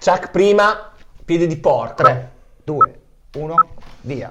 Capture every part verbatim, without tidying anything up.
Chuck prima, piede di porco. tre, due, uno, via.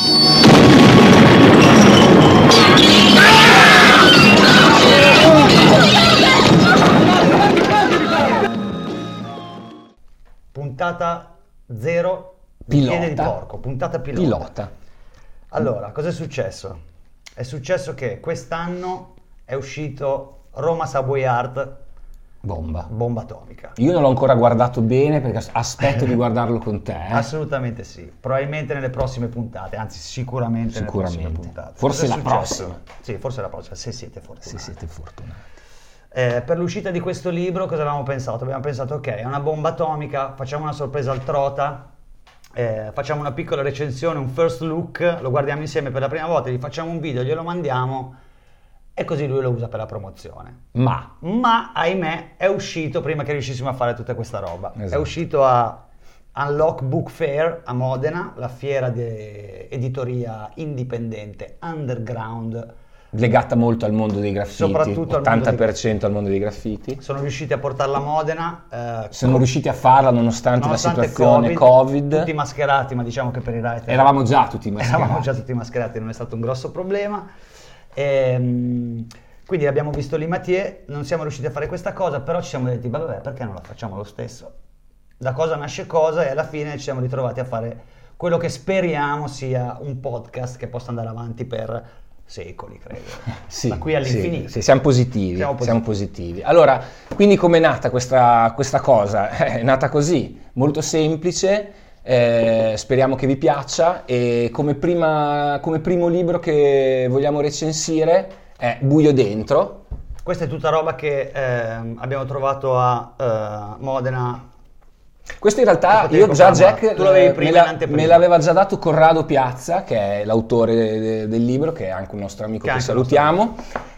Puntata zero di Pilota. Piede di porco, puntata pilota. Pilota. Allora, cosa è successo? È successo che quest'anno è uscito Roma Subway Art, Bomba. bomba atomica. Io non l'ho ancora guardato bene perché aspetto di guardarlo con te. eh. Assolutamente sì, probabilmente nelle prossime puntate, anzi sicuramente, Sicuramente. nelle prossime puntate. Forse Cosa è la successo? prossima. Sì, forse la prossima, se siete Se fortunati. siete fortunati. Eh, per l'uscita di questo libro cosa avevamo pensato? Abbiamo pensato, ok, è una bomba atomica, facciamo una sorpresa al Trota, eh, facciamo una piccola recensione, un first look, lo guardiamo insieme per la prima volta, gli facciamo un video, glielo mandiamo e così lui lo usa per la promozione. Ma Ma, ahimè, è uscito prima che riuscissimo a fare tutta questa roba. Esatto. È uscito a Unlock Book Fair a Modena, la fiera di editoria indipendente, underground. legata molto al mondo dei graffiti, Soprattutto al mondo ottanta per cento al mondo dei graffiti. Sono riusciti a portarla a Modena. Eh, Sono riusciti a farla nonostante, nonostante la situazione Covid. Tutti mascherati, ma diciamo che per i writer Eravamo già tutti mascherati. eravamo già tutti mascherati, non è stato un grosso problema. Ehm, quindi abbiamo visto Limatier, non siamo riusciti a fare questa cosa, però ci siamo detti, vabbè, perché non la facciamo lo stesso? Da cosa nasce cosa e alla fine ci siamo ritrovati a fare quello che speriamo sia un podcast che possa andare avanti per secoli, credo. Sì, da qui all'infinito. sì, sì, siamo positivi, Siamo siamo positivi. positivi. Allora, quindi com'è nata questa, questa cosa? È nata così, molto semplice, eh, speriamo che vi piaccia e come, prima, come primo libro che vogliamo recensire è Buio Dentro. Questa è tutta roba che ehm, abbiamo trovato a eh, Modena. Questo in realtà Potevi io già comprarla. Jack Tu l'avevi eh, prima me, in la- anteprima. me l'aveva già dato Corrado Piazza, che è l'autore de- de- del libro, che è anche un nostro amico Che è che, anche un nostro salutiamo.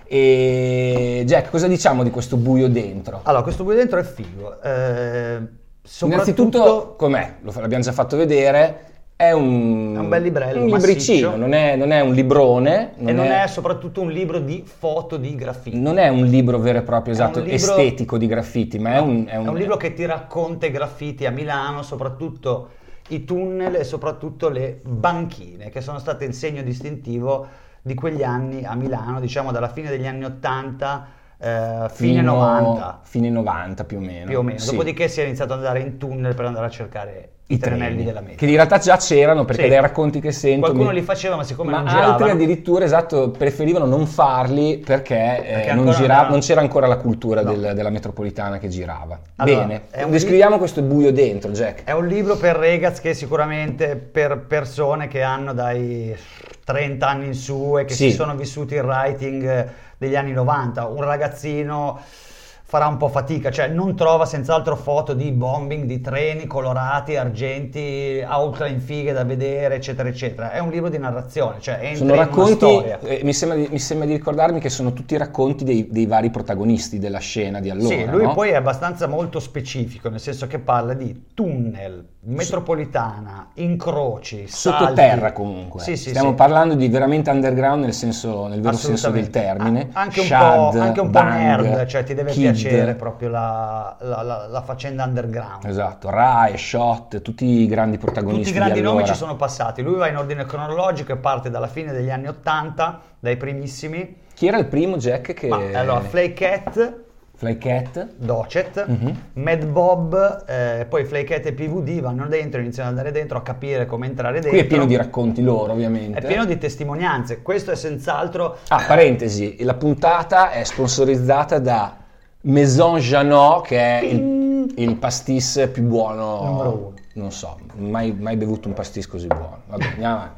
E Jack, cosa diciamo di questo Buio Dentro? Allora, questo Buio Dentro è figo. Eh, Innanzitutto, soprattutto com'è? Lo fa- l'abbiamo già fatto vedere, è un, È un bel librello, un libricino, massiccio. non è, non è un librone, e non è soprattutto un libro di foto di graffiti. non è un libro vero e proprio, È esatto, un libro- estetico di graffiti, ma è, un, È un libro che ti racconta i graffiti a Milano, soprattutto i tunnel e soprattutto le banchine, che sono state il segno distintivo di quegli anni a Milano, diciamo dalla fine degli anni ottanta, eh, fine fino- novanta. Fine novanta più o meno. Più o meno. Sì. Dopodiché si è iniziato ad andare in tunnel per andare a cercare i, trenelli treni, della metro. che in realtà già c'erano, perché Sì. dai racconti che sento Qualcuno mi- li faceva, ma siccome ma non altri giravano, addirittura, esatto, preferivano non farli perché, eh, Perché non, ancora gira- non era- non c'era ancora la cultura No. del- della metropolitana che girava. Allora, Bene, è un descriviamo questo Buio Dentro, Jack. è un libro per ragazzi, che sicuramente per persone che hanno dai trenta anni in su e che Sì. si sono vissuti il writing degli anni novanta. Un ragazzino farà un po' fatica, cioè non trova senz'altro foto di bombing, di treni colorati, argenti, outline fighe da vedere, eccetera, eccetera. È un libro di narrazione, cioè entra Sono in una racconti, storia. eh, mi, sembra di, mi sembra di ricordarmi che sono tutti racconti dei, dei vari protagonisti della scena di allora. Sì, lui no? poi è abbastanza molto specifico, nel senso che parla di tunnel, metropolitana, incroci, Sottoterra salti. comunque. Sì, sì, Stiamo sì. parlando di veramente underground nel senso, nel vero senso del Assolutamente. termine. Ah, anche un Shad, po', anche un po' Bang, nerd, cioè ti deve Kid. piacere proprio la, la- la- la faccenda underground. Esatto, Rai, Shot, tutti i grandi protagonisti. Tutti i grandi di nomi allora. ci sono passati, lui va in ordine cronologico e parte dalla fine degli anni ottanta, dai primissimi. Chi era il primo, Jack? Che... Ma, allora, Flycat, Flycat. Docet, Mhm. Mad Bob, eh, poi Flycat e P V D vanno dentro, iniziano ad andare dentro a capire come entrare dentro. Qui è pieno di racconti loro, ovviamente. È pieno di testimonianze. Questo è senz'altro. Ah, parentesi, la puntata è sponsorizzata da Maison Janot, che è il, il pastis più buono. Numero uno. Non so, mai, mai bevuto un pastis così buono. Vabbè, andiamo avanti.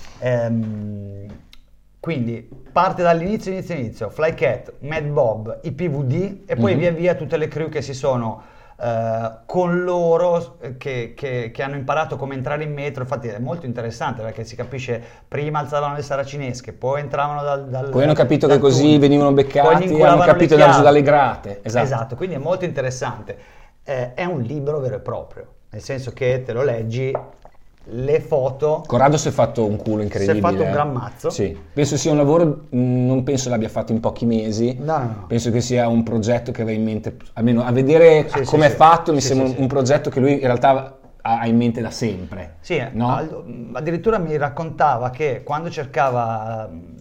Ehm, quindi parte dall'inizio, inizio, inizio. Flycat, Mad Bob, i P V D e poi Mhm. via via tutte le crew che si sono eh, con loro, eh, che, che- che hanno imparato come entrare in metro. Infatti è molto interessante perché si capisce, prima alzavano le saracinesche, poi entravano dal, dal Poi hanno capito dal che così tunnel, venivano poi gli beccati, inculavano hanno le capito da giù chiavi. dalle grate. Esatto. Esatto, quindi è molto interessante. Eh, è un libro vero e proprio, nel senso che te lo leggi le foto. Corrado si è fatto un culo incredibile. Si è fatto un eh. gran mazzo. Sì, penso sia un lavoro, mh, non penso l'abbia fatto in pochi mesi. No, no, no. Penso che sia un progetto che aveva in mente, almeno a vedere Sì, come sì, è fatto, sì. mi Sì, sembra sì, un, sì. un progetto che lui in realtà ha in mente da sempre. Sì, no? al- addirittura mi raccontava che quando cercava mm,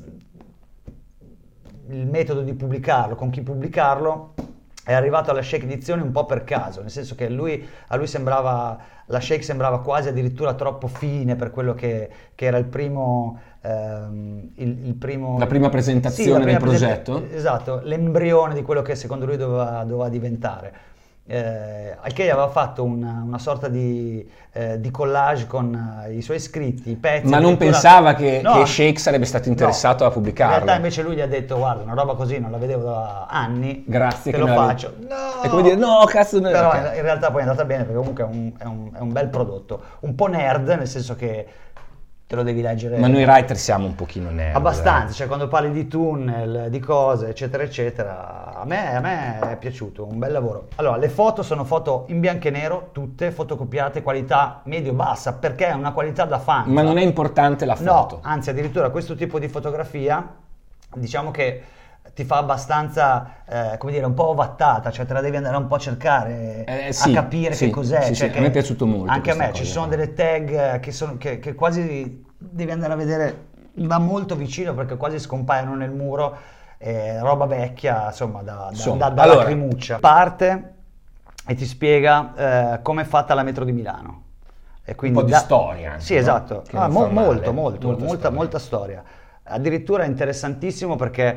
il metodo di pubblicarlo, con chi pubblicarlo, è arrivato alla Shake Edizione un po' per caso, nel senso che lui, a lui sembrava, la Shake sembrava quasi addirittura troppo fine per quello che, che era il primo, ehm, il, il primo... La prima Sì, presentazione la prima del presenta- progetto? Esatto, l'embrione di quello che secondo lui doveva, doveva diventare. Eh, al che aveva fatto una, una sorta di, eh, di collage con eh, i suoi scritti, i pezzi. Ma non addirittura- pensava che, No, che Shake sarebbe stato interessato no. a pubblicarlo. In realtà invece lui gli ha detto: guarda, una roba così non la vedevo da anni, Grazie te che lo me la- faccio. No! È come dire, no, cazzo, no. Però Ok. in, in realtà poi è andata bene, perché comunque è un, è un- è un bel prodotto, un po' nerd, nel senso che te lo devi leggere. Ma noi writer siamo un pochino nerd. Abbastanza, eh. cioè quando parli di tunnel, di cose, eccetera, eccetera, a me, a me è piaciuto, un bel lavoro. Allora, le foto sono foto in bianco e nero, tutte fotocopiate, qualità medio-bassa, perché è una qualità da fan. Ma non è importante la foto. No, anzi addirittura questo tipo di fotografia, diciamo che ti fa abbastanza, eh, come dire, un po' ovattata, cioè te la devi andare un po' a cercare, Eh, sì, a capire sì, che cos'è. sì, cioè sì, che a me è piaciuto molto Anche a me, questa ci cosa sono qua. delle tag che, sono, che, che quasi devi andare a vedere da molto vicino, perché quasi scompaiono nel muro, eh, roba vecchia, insomma, da, da, Insomma, da, da allora. lacrimuccia. Parte e ti spiega eh, come è fatta la metro di Milano. E quindi po' di da- storia anche, Sì, no? esatto. Che Ah, non mo- fa male. molto, molto, Molta molta, storia. molta storia. Addirittura è interessantissimo perché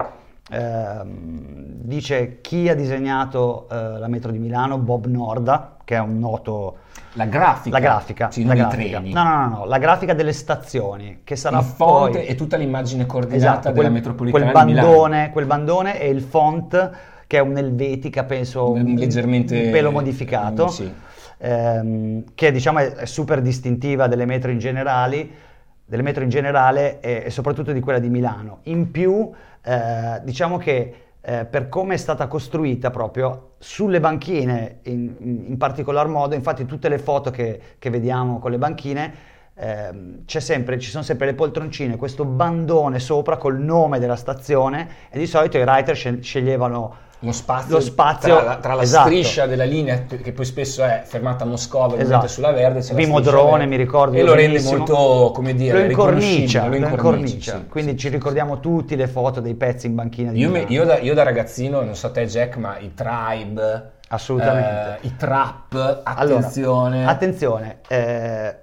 ehm, dice chi ha disegnato eh, la metro di Milano, Bob Norda, che è un noto... La grafica. La grafica, Sì, la non i grafica. treni. No, no, no, no, la grafica delle stazioni, che sarà Il font poi... e tutta l'immagine coordinata Esatto, della quel, metropolitana quel di Milano. bandone, quel bandone e il font che è un Helvetica, penso, un, Leggermente- un pelo modificato, mm, sì. ehm, che diciamo è, è super distintiva delle metro in generali, delle metro in generale e, e soprattutto di quella di Milano. In più, eh, diciamo che eh, per come è stata costruita proprio sulle banchine, in, in- in particolar modo, infatti tutte le foto che, che vediamo con le banchine, ehm, c'è sempre, ci sono sempre le poltroncine, questo bandone sopra col nome della stazione, e di solito i writer scel- sceglievano Lo spazio, lo spazio, tra la, tra la esatto. striscia della linea, che poi spesso è fermata a Moscova, ovviamente Esatto. sulla verde, c'è la Primo striscia drone, verde, mi ricordo e io lo rende benissimo. molto, come dire, lo incornicia, riconoscibile, lo incornicia. sì, Quindi sì, ci sì, ricordiamo tutti le foto dei pezzi in banchina di Io, me- Milano. io da, io da ragazzino, non so te Jack, ma i Tribe, Assolutamente. eh, i Trap, Allora, attenzione. attenzione, eh,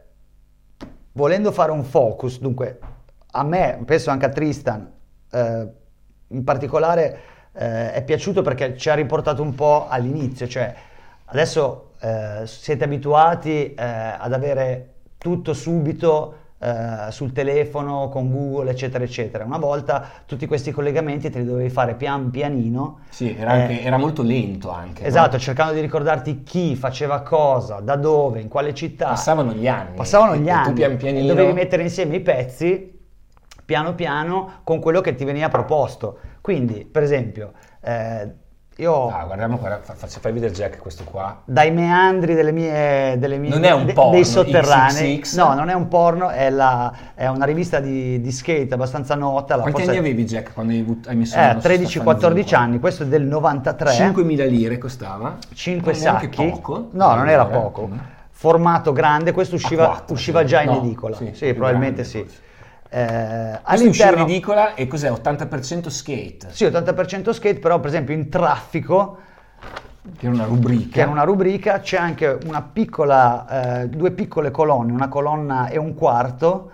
volendo fare un focus, dunque, a me, penso anche a Tristan, eh, in particolare eh, è piaciuto perché ci ha riportato un po' all'inizio, cioè adesso eh, siete abituati eh, ad avere tutto subito eh, sul telefono, con Google, eccetera, eccetera. Una volta tutti questi collegamenti te li dovevi fare pian pianino. Sì, era, Eh, anche- era molto lento anche. no? Esatto, cercando di ricordarti chi faceva cosa, da dove, in quale città. Passavano gli anni. Passavano e- gli e anni tu pian e pianino... dovevi mettere insieme i pezzi piano piano con quello che ti veniva proposto. Quindi, per esempio, eh, io Ah, guardiamo, guarda, fa- faccia, fai vedere Jack questo qua. dai meandri delle mie, delle mie Non è un de- porno, dei sotterranei, X X X? no, non è un porno, è, la, è una rivista di, di skate abbastanza nota. La Quanti forse- anni avevi Jack quando hai, avuto- hai messo Eh, mano su sta tredici quattordici fanzine qua? anni, questo è del novantatré. cinquemila lire costava. cinque Non neanche sacchi. poco. No, non era Allora, poco. mm. Formato grande, questo usciva, A quattro, usciva sì. già in No, edicola. sì, Sì, più probabilmente grande, sì. forse. Eh, Questo usciva in all'interno edicola e cos'è? ottanta per cento skate, sì, ottanta per cento skate, però per esempio in traffico, che era una rubrica. che era una rubrica, c'è anche una piccola, eh, due piccole colonne, una colonna e un quarto,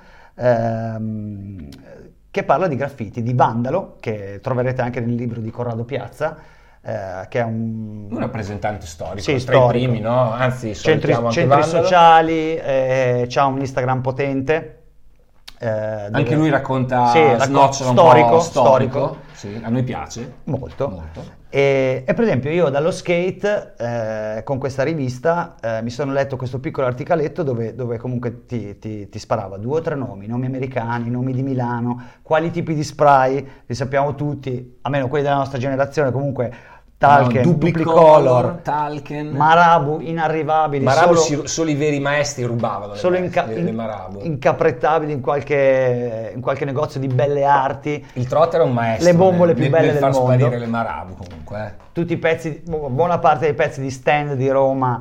ehm, che parla di graffiti, di Vandalo, che troverete anche nel libro di Corrado Piazza, eh, che è un... un rappresentante storico, Sì, tra i storico. primi, no? Anzi, centri, salutiamo anche centri Vandalo. sociali, eh, c'ha un Instagram potente. eh, Anche dove- lui racconta, Sì, racco- snocciola un storico, po' storico. storico. Sì, a noi piace. Molto. Molto. E, e per esempio io dallo skate, eh, con questa rivista, eh, mi sono letto questo piccolo articoletto dove, dove comunque ti, ti- ti sparava due o tre nomi, nomi americani, nomi di Milano, quali tipi di spray, li sappiamo tutti, almeno quelli della nostra generazione comunque Talken, no, Duplicolor, Talken, Marabu, inarrivabili. Marabu solo, si, solo i veri maestri rubavano le, solo maestri, inca- le, le Marabu. incaprettabili in qualche, in qualche negozio di belle arti. Il Trot era un maestro le bombole nel, più nel, belle nel del far mondo. sparire le Marabu comunque. Eh. Tutti i pezzi, buona parte dei pezzi di stand di Roma.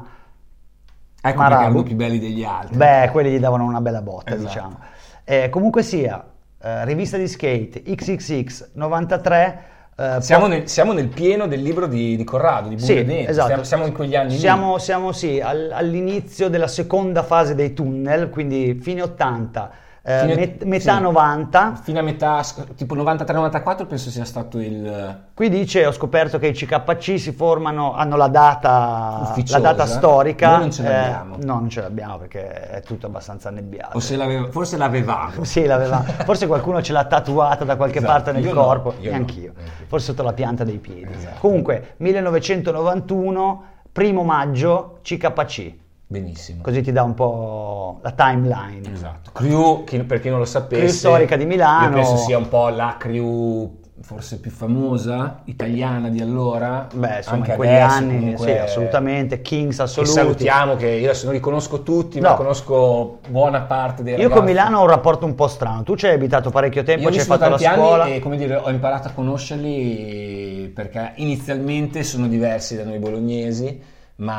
Ecco Marabu. perché erano più belli degli altri. Beh, quelli gli davano una bella botta, Esatto. diciamo. Eh, comunque sia, eh, rivista di skate X X X novantatré. Eh, siamo, po- nel, siamo nel pieno del libro di, di Corrado, di Sì, Buio esatto. Siamo, siamo in quegli anni siamo, lì. Siamo sì, al- all'inizio della seconda fase dei tunnel, quindi fine ottanta, eh, Fine- met- metà sì. novanta. Fino a metà, tipo novantatré novantaquattro penso sia stato il... Qui dice, ho scoperto che i C K C si formano, hanno la data, la Ufficiosa. data storica. Noi non ce l'abbiamo. Eh, no, non ce l'abbiamo perché è tutto abbastanza annebbiato. O se l'aveva, forse l'avevamo. Sì, l'aveva. Forse qualcuno ce l'ha tatuata da qualche Esatto, parte nel io no, corpo, io neanch'io. no, neanch'io. Forse sotto la pianta dei piedi. Esatto. Comunque, millenovecentonovantuno, primo maggio, C K C. Benissimo. Così ti dà un po' la timeline. Esatto. Crew, chi- per chi non lo sapesse, Crew storica di Milano. io penso sia un po' la crew forse più famosa italiana di allora. Beh, insomma, anche in quegli adesso, anni, comunque, sì, assolutamente. Kings Che assoluti. salutiamo, che io adesso non li conosco tutti, No. ma conosco buona parte dei Io ragazzi. con Milano ho un rapporto un po' strano. Tu ci hai abitato parecchio tempo, Io ho ci hai vissuto fatto la tanti scuola. anni e, come dire, ho imparato a conoscerli perché inizialmente sono diversi da noi bolognesi,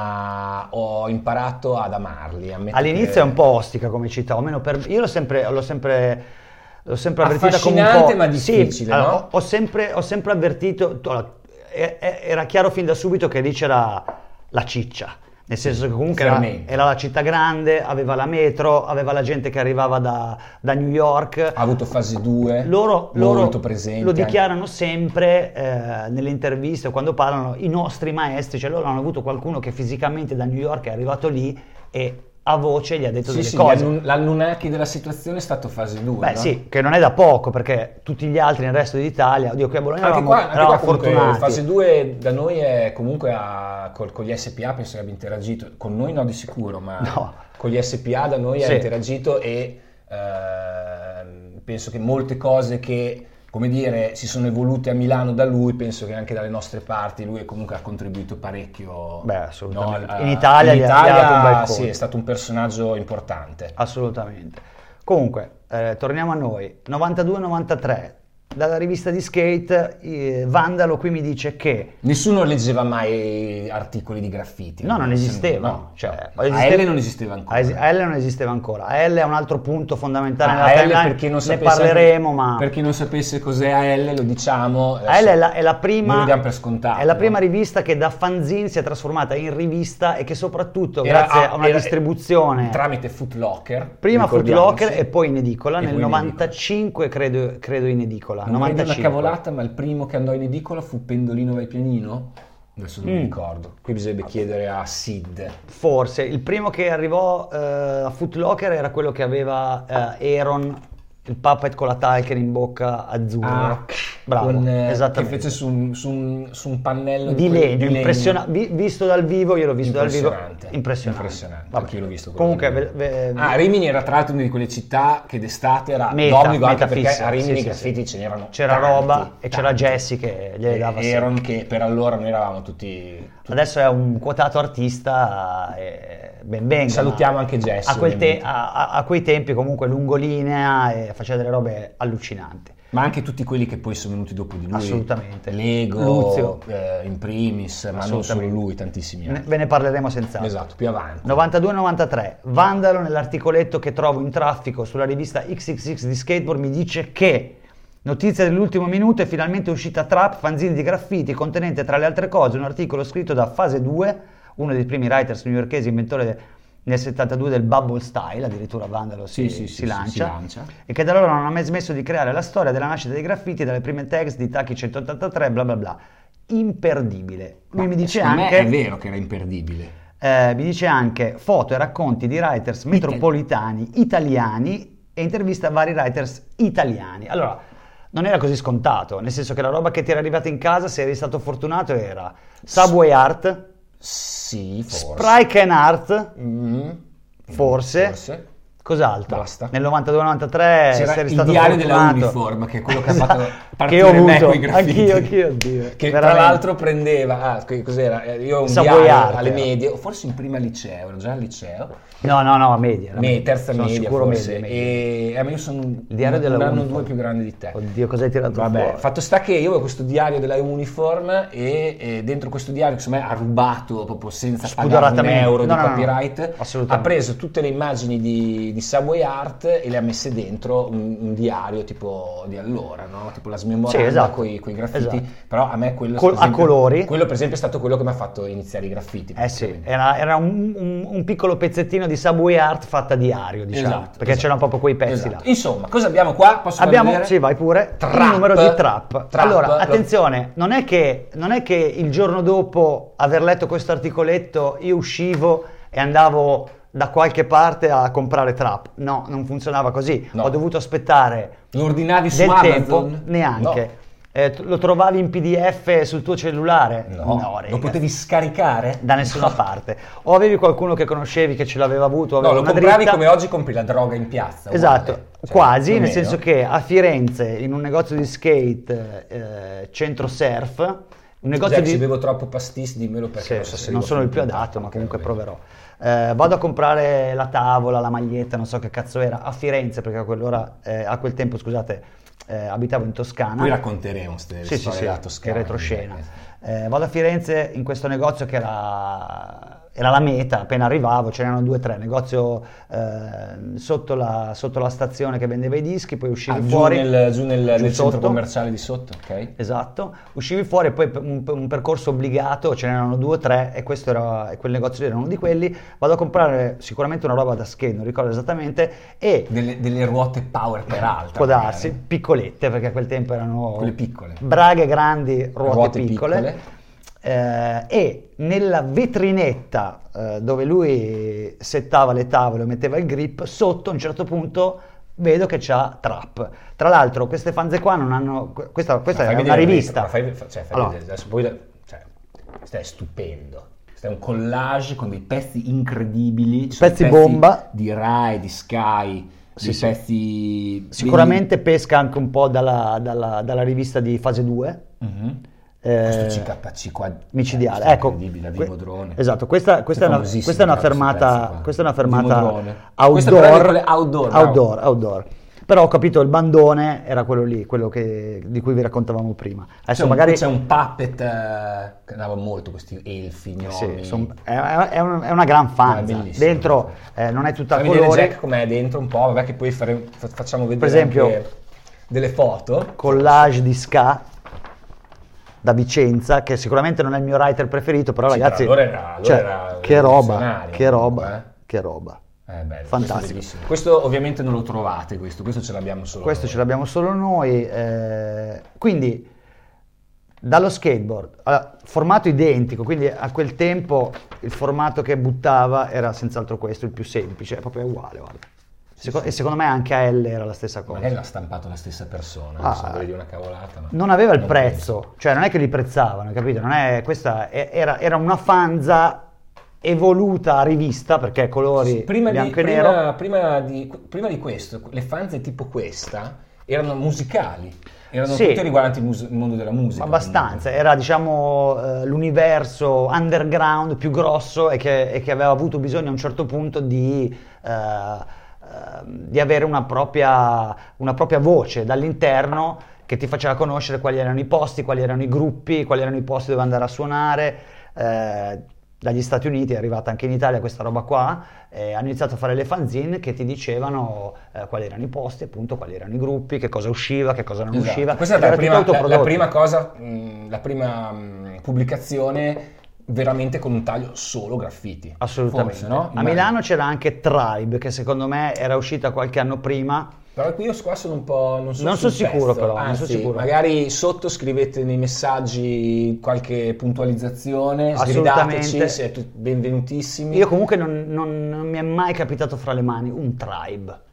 ma ho imparato ad amarli. ammetto All'inizio che- è un po' ostica come città, o almeno per io l'ho sempre, l'ho sempre, l'ho sempre avvertita come un po'. Affascinante, ma difficile, Sì, allora, no? ho, ho sempre, ho sempre avvertito, allora, e- e- era chiaro fin da subito che lì c'era la ciccia. Nel senso che comunque era, Chiaramente. era la città grande, aveva la metro, aveva la gente che arrivava da, da New York. Ha avuto fase due, Loro, molto loro presente. lo dichiarano sempre eh, nelle interviste, quando parlano, i nostri maestri, cioè loro hanno avuto qualcuno che fisicamente da New York è arrivato lì e a voce gli ha detto Sì, delle sì, cose. l'annun- l'Anunnaki della situazione è stato fase due. Beh no? sì, che non è da poco, perché tutti gli altri nel resto d'Italia, oddio, qui a Bologna Anche eravamo, qua, anche eravamo qua comunque fortunati. fase due da noi è comunque a, col- con gli S P A penso che abbia interagito, con noi no di sicuro, ma No. con gli S P A da noi Sì. ha interagito e ehm, penso che molte cose che, come dire, si sono evolute a Milano da lui, penso che anche dalle nostre parti lui comunque ha contribuito parecchio. Beh, assolutamente. no, a- In Italia in gli ha- gli ha dato un bel colpo. sì, è stato un personaggio importante. Assolutamente. Comunque, eh, torniamo a noi. novantadue novantatré, dalla rivista di skate, eh, Vandalo qui mi dice che Nessuno leggeva mai articoli di graffiti. no, non esisteva. No, Cioè, no. esisteva- A L non esisteva ancora. A es- A L non esisteva ancora. A L è un altro punto fondamentale Ah, nella A L timeline, per chi non ne sapesse, parleremo, ma per chi non sapesse cos'è A L lo diciamo. A L adesso è la, è la prima, noi lo diamo per scontato, è la no? prima rivista che da fanzine si è trasformata in rivista e che soprattutto Era- grazie ah, a una era- distribuzione tramite Footlocker. prima ricordiamoci. Footlocker e poi in edicola, E nel poi in novantacinque credo, credo in edicola. Non voglio dire una novantacinque. cavolata, ma il primo che andò in edicola fu Pendolino vai pianino? Adesso non mi Mm. ricordo. Qui bisognerebbe chiedere a Sid. Forse il primo che arrivò eh, a Footlocker era quello che aveva eh, Aaron, il puppet con la Talken in bocca azzurro. Ah, Bravo, con, eh, esattamente. Che fece su un, su un- su un pannello Di quelli- legno, impressiona- vi- visto dal vivo, io l'ho visto dal vivo, Impressionante. impressionante. Impressionante, Vabbè. anch'io l'ho visto quello Comunque, dal ve- ve- Ah, Rimini era tra l'altro una di quelle città che d'estate era Meta, d'obbligo, anche meta perché fissa, a Rimini sì, i sì, graffiti sì. ce n'erano C'era tanti, roba e c'era tanti. Jesse che gliele E dava Aaron sempre. che per allora noi eravamo tutti... tutti- Adesso è un quotato artista e ben venga. Salutiamo ma anche Jesse, A, quel te- ovviamente. a, a- a quei tempi comunque lungolinea e faceva delle robe allucinanti. Ma anche tutti quelli che poi sono venuti dopo di lui. Assolutamente. Lego, Luzio. eh, in primis, ma non solo Assolutamente. lui, tantissimi Ne- altri. ve ne parleremo senz'altro. Esatto, più avanti. novantadue novantatré, Vandalo nell'articoletto che trovo in traffico sulla rivista X X X di skateboard mi dice che notizia dell'ultimo minuto è finalmente uscita Trap, fanzine di graffiti contenente tra le altre cose un articolo scritto da Fase due, uno dei primi writers newyorkesi, inventore de- nel settantadue del bubble style, addirittura Vandalo si, Sì, sì, si sì, lancia, si lancia. e che da allora non ha mai smesso di creare la storia della nascita dei graffiti dalle prime tags di Taki centottantatré, bla bla bla. Imperdibile. Lui Ma mi dice secondo anche... me è vero che era imperdibile. Eh, mi dice anche foto e racconti di writers metropolitani italiani e intervista a vari writers italiani. Allora, non era così scontato, nel senso che la roba che ti era arrivata in casa, se eri stato fortunato, era Subway Art, Sì, forse. Sprite Can Art, Mm, forse, forse. Cos'altro? Basta. Nel novantadue novantatré C'era sei il stato diario fortunato. della Uniform, che è quello che ha fatto Che partire ho me avuto, coi graffiti. anch'io, anch'io, oddio. Che tra Veramente. l'altro prendeva, ah, che cos'era? Eh, Io ho un Savoy diario Art alle era. medie, o forse in prima liceo, ero già al liceo, No, no, no, media. era me, media. terza Sono media sicuro forse, media, media. e eh, ma io sono un, Il diario della un anno o Uniform. due più grande di te. Oddio, cosa hai tirato Vabbè, fuori? fatto sta che io avevo questo diario della Uniform e, e dentro questo diario, che secondo me ha rubato proprio senza pagare un Spudoratamente. euro No, di no, no, copyright, assolutamente. ha preso tutte le immagini di, di Subway Art e le ha messe dentro un, un diario tipo di allora, no? Tipo la smemoranda Sì, esatto. con i graffiti, Esatto. però a me quello Col- per a esempio- colori. quello per esempio è stato quello che mi ha fatto iniziare i graffiti. Eh sì, praticamente. era, era un, un- un piccolo pezzettino di Subway Art fatta a diario, diciamo, Esatto, perché esatto. c'erano proprio quei pezzi Esatto. là. Insomma, cosa abbiamo qua? Posso farvi Abbiamo, vedere? sì, vai pure, Trap. il numero di trap. Trap. Allora, Lo- attenzione, non è, che, non è che il giorno dopo aver letto questo articoletto io uscivo e andavo da qualche parte a comprare trap. No, non funzionava così. No. Ho dovuto aspettare Lo ordinavi su del Amazon? tempo, neanche. No. Eh, t- lo trovavi in P D F sul tuo cellulare? No, rega. lo potevi scaricare? Da nessuna parte. O avevi qualcuno che conoscevi che ce l'aveva avuto, No, aveva lo una compravi dritta. come oggi compri la droga in piazza. Esatto, uguale. Cioè, quasi, più o nel meno. senso che a Firenze, in un negozio di skate, eh, centro surf, un negozio Jack, di... se bevo troppo pastis, dimmelo perché Sì, non so sì, se non devo sono il più fare- adatto, ma comunque Ok, proverò. Eh, vado a comprare la tavola, la maglietta, non so che cazzo era, a Firenze, perché a quell'ora, eh, a quel tempo, scusate, eh, abitavo in Toscana. Poi racconteremo queste Sì, sì, storie sì, della che Toscana. retroscena. Eh, vado a Firenze in questo negozio che era, era la meta, appena arrivavo, ce n'erano due o tre, negozio eh, sotto, la, sotto la stazione che vendeva i dischi, poi uscivi Ah, giù fuori. nel, giù nel, giù nel centro sotto. commerciale di sotto, ok? Esatto, uscivi fuori e poi un, un percorso obbligato, ce n'erano due o tre e questo era, e quel negozio lì era uno di quelli. Vado a comprare sicuramente una roba da skate, non ricordo esattamente, e Delle, delle ruote power per alta. può darsi, magari. piccolette, perché a quel tempo erano Quelle piccole. braghe grandi, ruote, Ruote piccole. piccole. Eh, e nella vetrinetta eh, dove lui settava le tavole, metteva il grip, sotto a un certo punto vedo che c'ha trap. Tra l'altro queste fanze qua non hanno, questa, questa Ma è fai una vedere, rivista. ma fai, cioè, fai Allora, vedere, adesso poi, cioè, questo è stupendo. Questo è un collage con dei pezzi incredibili. Ci sono Pezzi bomba. Di Rai, di Sky, Sì, dei sì. pezzi... sicuramente pesca anche un po' dalla, dalla- dalla rivista di Fase due. Mhm. eh, Questo C K C qua micidiale, è ecco, incredibile, que- Vivo Drone. esatto, questa, questa è una, famosissimo, questa è una tra questi pezzi fermata, qua. questa è una Vivo fermata Drone. Questa però è outdoor, quelle outdoor, bravo. outdoor, outdoor. Però ho capito, il bandone era quello lì, quello che- di cui vi raccontavamo prima. C'è Adesso un, magari c'è un puppet eh, che andava molto, questi elfi, gnomi. sì, son- è, è un- è una gran fanza. No, è bellissimo. Dentro eh, non è tutta a Fammi vedere colori, Jack com'è dentro un po', vabbè che poi fare- fa- facciamo vedere Per esempio- anche delle foto. collage di ska da Vicenza, che sicuramente non è il mio writer preferito, però Sì, ragazzi, però allora era- allora cioè, era che roba, rivoluzionario che roba, comunque, eh. che roba. Eh, bello, Fantastico. Questo, è bellissimo. Questo ovviamente non lo trovate, questo, questo ce l'abbiamo solo Questo noi. ce l'abbiamo solo noi, eh, quindi dallo skateboard, allora, formato identico, quindi a quel tempo il formato che buttava era senz'altro questo, il più semplice, è proprio uguale, guarda. Seco- E secondo me anche a L era la stessa cosa. Magari l'ha stampato la stessa persona, Ah, non so, volevi dire una cavolata, ma Non aveva il non prezzo, cioè non è che li prezzavano, capito? Non è, questa è- era, era una fanza evoluta a rivista, perché colori penso. Prima di, bianco e nero. prima, prima di, prima di questo, le fanze tipo questa erano musicali, erano Sì. tutte riguardanti il, mus- il mondo della musica. Abbastanza, era diciamo eh, l'universo underground più grosso e che, e che aveva avuto bisogno a un certo punto di, eh, eh, di avere una propria, una propria voce dall'interno che ti faceva conoscere quali erano i posti, quali erano i gruppi, quali erano i posti dove andare a suonare. Eh, dagli Stati Uniti è arrivata anche in Italia questa roba qua, eh, hanno iniziato a fare le fanzine che ti dicevano eh, quali erano i posti, appunto, quali erano i gruppi, che cosa usciva, che cosa non Esatto. usciva. Questa è ed la era prima, tutto la, la autoprodotto. prima cosa, mh, la prima mh, pubblicazione veramente con un taglio solo graffiti. Assolutamente. Forse, no? A Immagino. Milano c'era anche Tribe, che secondo me era uscita qualche anno prima. Però qui io qua sono un po'... Non, sono Non sono sul sicuro pezzo. però, non Anzi, sono sicuro. magari sotto scrivete nei messaggi qualche puntualizzazione, Assolutamente. sgridateci, siete benvenutissimi. Io comunque non, non- non mi è mai capitato fra le mani un Tribe.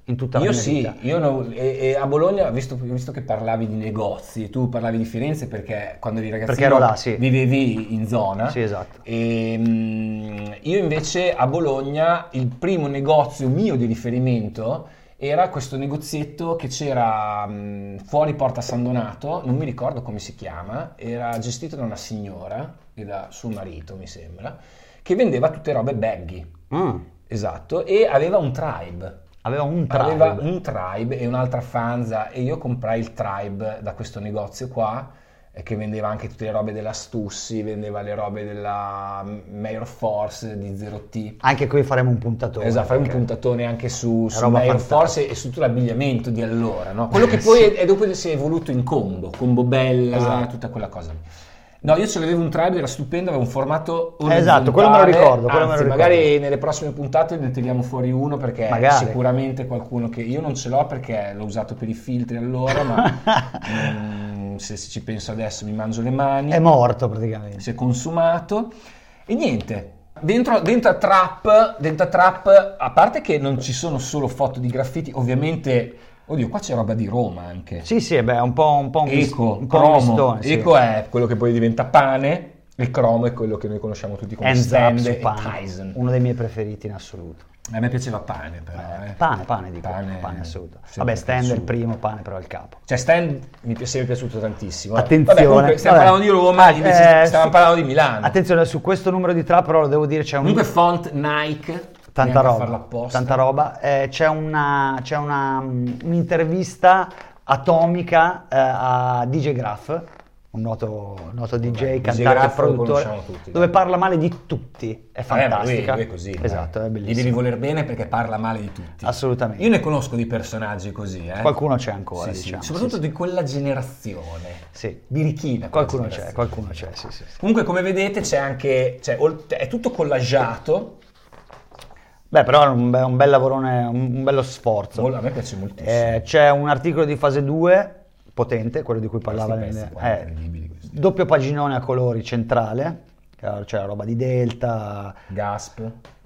in tutta la Io mia sì, vita. io no- e, e a Bologna, visto, visto che parlavi di negozi, tu parlavi di Firenze perché quando eri ragazzino Perché ero là, sì. vivevi in zona. Sì, esatto. E, mm, io invece a Bologna il primo negozio mio di riferimento era questo negozietto che c'era mh, fuori Porta San Donato, non mi ricordo come si chiama, era gestito da una signora e da suo marito, mi sembra, che vendeva tutte robe baggy. Mm. Esatto, e aveva un tribe. Aveva un tribe. Aveva un tribe e un'altra fanza, e io comprai il tribe da questo negozio qua, eh, che vendeva anche tutte le robe della Stussi, vendeva le robe della Mayor Force di zero T. Anche qui faremo un puntatone. Esatto, faremo un perché- puntatone anche su, su roba Mayor fantastica. Force e su tutto l'abbigliamento di allora, no? Quello che poi Sì. è, è dopo si è evoluto in combo, combo bella, Esatto. tutta quella cosa lì. No, io ce l'avevo un tribe, era stupendo, aveva un formato orizzontale. Esatto, quello me lo ricordo, quello me lo Anzi, ricordo. magari nelle prossime puntate ne tiriamo fuori uno, perché Magari. sicuramente qualcuno che io non ce l'ho perché l'ho usato per i filtri allora, ma mm, se, se ci penso adesso mi mangio le mani. È morto praticamente. Si è consumato e niente. Dentro, dentro a Trap, dentro a Trap, a parte che non ci sono solo foto di graffiti, ovviamente, oddio, qua c'è roba di Roma anche. Sì, sì, beh, è un po' un po' un vis- Eco, un po' un cromo. listone, sì. Eco è quello che poi diventa pane, il cromo è quello che noi conosciamo tutti come Hands up Stand su e pane, Tyson. uno dei miei preferiti in assoluto. A me piaceva pane però. Eh. Pane, pane dico, Pane- pane, assoluto. sempre Vabbè, Stand è il piaciuto. primo, pane però è il capo. Cioè Stand mi pi- sempre piaciuto tantissimo. Attenzione. Vabbè, comunque stiamo Vabbè. parlando di Roma, invece Eh, stavamo sì. parlando di Milano. Attenzione, su questo numero di Trap però lo devo dire, c'è un... Comunque font Nike, Tanta neanche a roba, farlo apposta. tanta roba. Eh, c'è una, c'è una, mm, un'intervista atomica eh, a D J Graff, un noto, noto D J, Vabbè, D J cantante e Graff lo produttore, conosciamo tutti, dove dai. parla male di tutti. È Eh, ma lui, fantastica. lui è così. Esatto, dai. è Gli devi bellissimo. voler bene perché parla male di tutti. Assolutamente. Io ne conosco di personaggi così, eh. Qualcuno c'è ancora, Sì, sì, diciamo. soprattutto sì, sì. di quella generazione. Sì. Birichina. quella Qualcuno c'è, generazione. qualcuno c'è, sì, sì, sì. Comunque, come vedete, c'è anche, cioè, olt- è tutto collaggiato. Beh, però è un, be- un bel lavorone, un, un bello sforzo. Mol- a me piace moltissimo. Eh, c'è un articolo di fase due, potente, quello di cui parlava Questi nelle- pezzi qua, eh, incredibili questi. doppio paginone a colori centrale, c'è la roba di Delta, Gasp.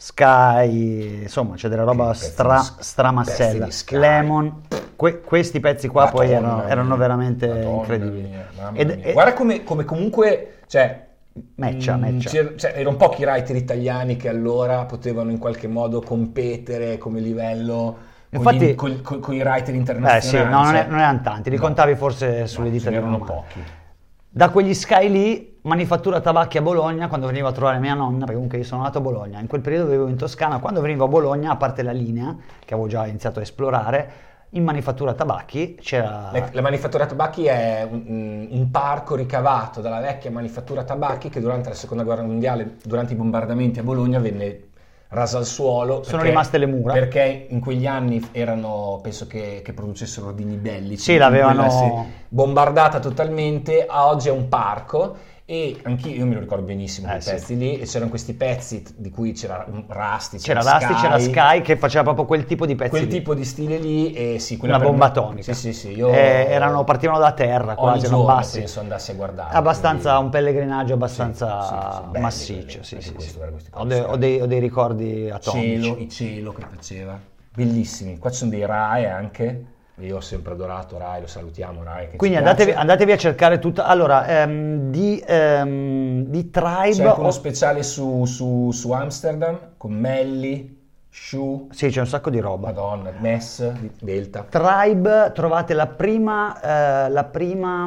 Sky, insomma c'è della roba Pezzi stra, di Sky, stramassella, pezzi di Sky. Lemon, que- questi pezzi qua poi Madonna erano, erano mia, veramente Madonna incredibili. mia, mamma Ed- mia. e- Guarda come, come comunque, cioè, Meccia, mm, meccia. c'era- cioè, erano pochi writer italiani che allora potevano in qualche modo competere come livello con, Infatti- gli- con- con- con i writer Beh internazionali. sì, no, non, cioè, è- non erano tanti, li no. contavi forse No, sulle ce dita di una n'erano mano. pochi. Da quegli Sky lì, Manifattura Tabacchi a Bologna, quando venivo a trovare mia nonna, perché comunque io sono nato a Bologna, in quel periodo vivevo in Toscana, quando venivo a Bologna, a parte la linea, che avevo già iniziato a esplorare, in Manifattura Tabacchi c'era... La, la manifattura tabacchi è un, un parco ricavato dalla vecchia manifattura tabacchi che durante la seconda guerra mondiale, durante i bombardamenti a Bologna, venne rasa al suolo. Sono perché- rimaste le mura. Perché in quegli anni erano, penso che, che producessero ordigni bellici. Sì, l'avevano- Quella si- bombardata totalmente, a oggi è un parco. E anch'io io me lo ricordo benissimo Eh, quei sì. pezzi lì, e c'erano questi pezzi t- di cui c'era un Rusty, C'era Rusty, c'era Sky che faceva proprio quel tipo di pezzi quel lì. tipo di stile lì, e sì, quella Una per bomba me- atomica. Sì, sì, sì, io Eh, erano, partivano da terra ogni quasi, erano giorno bassi. penso andassi a guardare. Abbastanza, quindi- un pellegrinaggio abbastanza Sì, sì, sì, belli, massiccio, belli. sì, Anche sì, questo, sì. guarda, questi Ho, de- ho dei, ho dei ricordi atomici. Cielo, i cielo che faceva, bellissimi. Qua ci sono dei Rai anche, io ho sempre adorato Rai, lo salutiamo Rai. Che Quindi ci andatevi, piace. andatevi a cercare tutto. Allora, ehm, di, ehm, di Tribe... C'è anche uno ho- speciale su, su, su Amsterdam con Melly, Shu, Sì, c'è un sacco di roba. Madonna, Mess, di Delta. Tribe, trovate la prima, eh, la prima,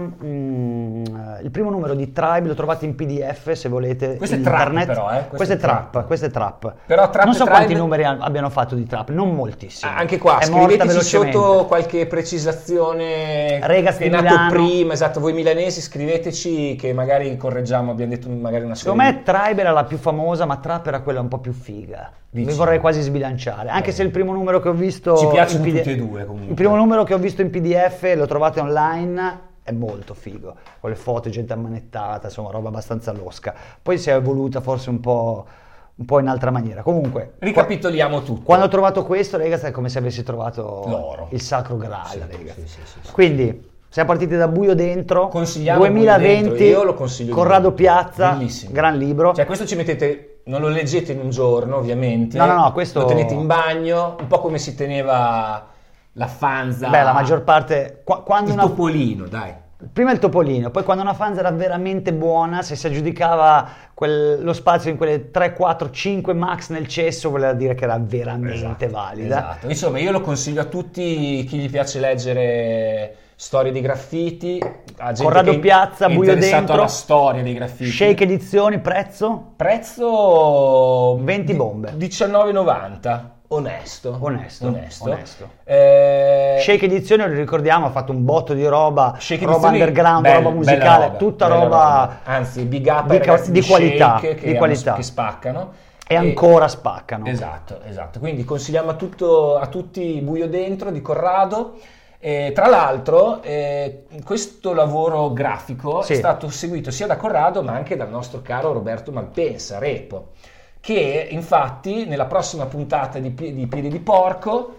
mm, eh, il primo numero di Tribe, lo trovate in P D F se volete. Questo è in Trap, internet. però, eh, questo Questo è è Trap. Trap, questo è Trap. Però Trap non so e quanti Tribe- numeri a- abbiano fatto di Trap, non moltissimi. Ah, anche qua, è morta scriveteci velocemente. sotto qualche precisazione Regas che è di nato Milano. prima, esatto, voi milanesi scriveteci che magari correggiamo, abbiamo detto magari una Secondo serie me Tribe era la più famosa, ma Trap era quella un po' più figa. Dici? Mi vorrei quasi sbilanciare, anche Eh. se il primo numero che ho visto Ci piacciono in P D F tutti e due, comunque. Il primo numero che ho visto in P D F lo trovate online, è molto figo, con le foto, gente ammanettata, insomma, roba abbastanza losca. Poi si è evoluta forse un po', un po' in altra maniera. Comunque, Ricapitoliamo tutto. quando ho trovato questo, ragazzi, è come se avessi trovato L'oro. il sacro graal, Sì, raga. sì, sì, sì, sì. Quindi siamo partiti da Buio Dentro, Consigliamo Buio duemilaventi, Dentro, io lo consiglio di Corrado molto. Piazza, Bellissimo. gran libro. Cioè questo ci mettete, non lo leggete in un giorno ovviamente. No, no, no, questo- Lo tenete in bagno, un po' come si teneva la fanza. Beh, la maggior parte... qua- quando il una- topolino, dai. Prima il topolino, poi quando una fanza era veramente buona, se si aggiudicava quel- lo spazio in quelle tre, quattro, cinque max nel cesso, voleva dire che era veramente Esatto, valida. Esatto. Insomma, io lo consiglio a tutti chi gli piace leggere storie di graffiti, a gente Corrado che Piazza, è Buio interessato Dentro, alla storia dei graffiti. Shake Edizioni, prezzo? Prezzo venti di- bombe. diciannove e novanta. Onesto. Onesto, Onesto. onesto. Eh, Shake Edizioni, lo ricordiamo, ha fatto un botto di roba, Shake roba Edizioni, underground, bella- roba bella musicale, roba, tutta bella roba, Anzi, big up di ai ca- ragazzi di di qualità, Shake che, di hanno- qualità. che spaccano. e ancora spaccano. Esatto, esatto. Quindi consigliamo a, tutto, a tutti Buio Dentro di Corrado. Eh, tra l'altro, eh, questo lavoro grafico Sì. è stato seguito sia da Corrado ma anche dal nostro caro Roberto Malpensa, Repo, che infatti nella prossima puntata di, Pi- di Piedi di Porco,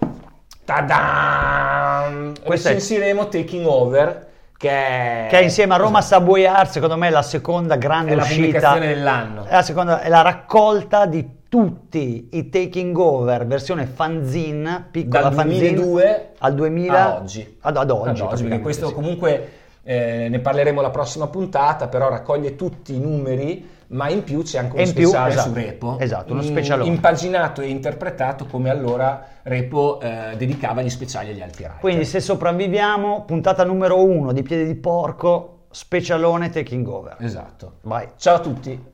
tadam, Questa è- recensiremo Taking Over, che è, Che è insieme a Roma Subway Art, secondo me, la seconda grande è la uscita. pubblicazione dell'anno. È la seconda, è la raccolta di tutti i Taking Over, versione fanzine, piccola Dal fanzine, duemiladue al duemila a oggi. Ad, ad oggi, Ad oggi, perché praticamente, questo sì. comunque eh, ne parleremo la prossima puntata, però raccoglie tutti i numeri, ma in più c'è anche E uno in più, speciale esatto, su Repo. esatto, uno Mm, specialone. impaginato e interpretato come allora Repo eh, dedicava gli speciali agli altri writer. Quindi se sopravviviamo, puntata numero uno di Piedi di Porco, specialone Taking Over. Esatto. Vai. Ciao a tutti.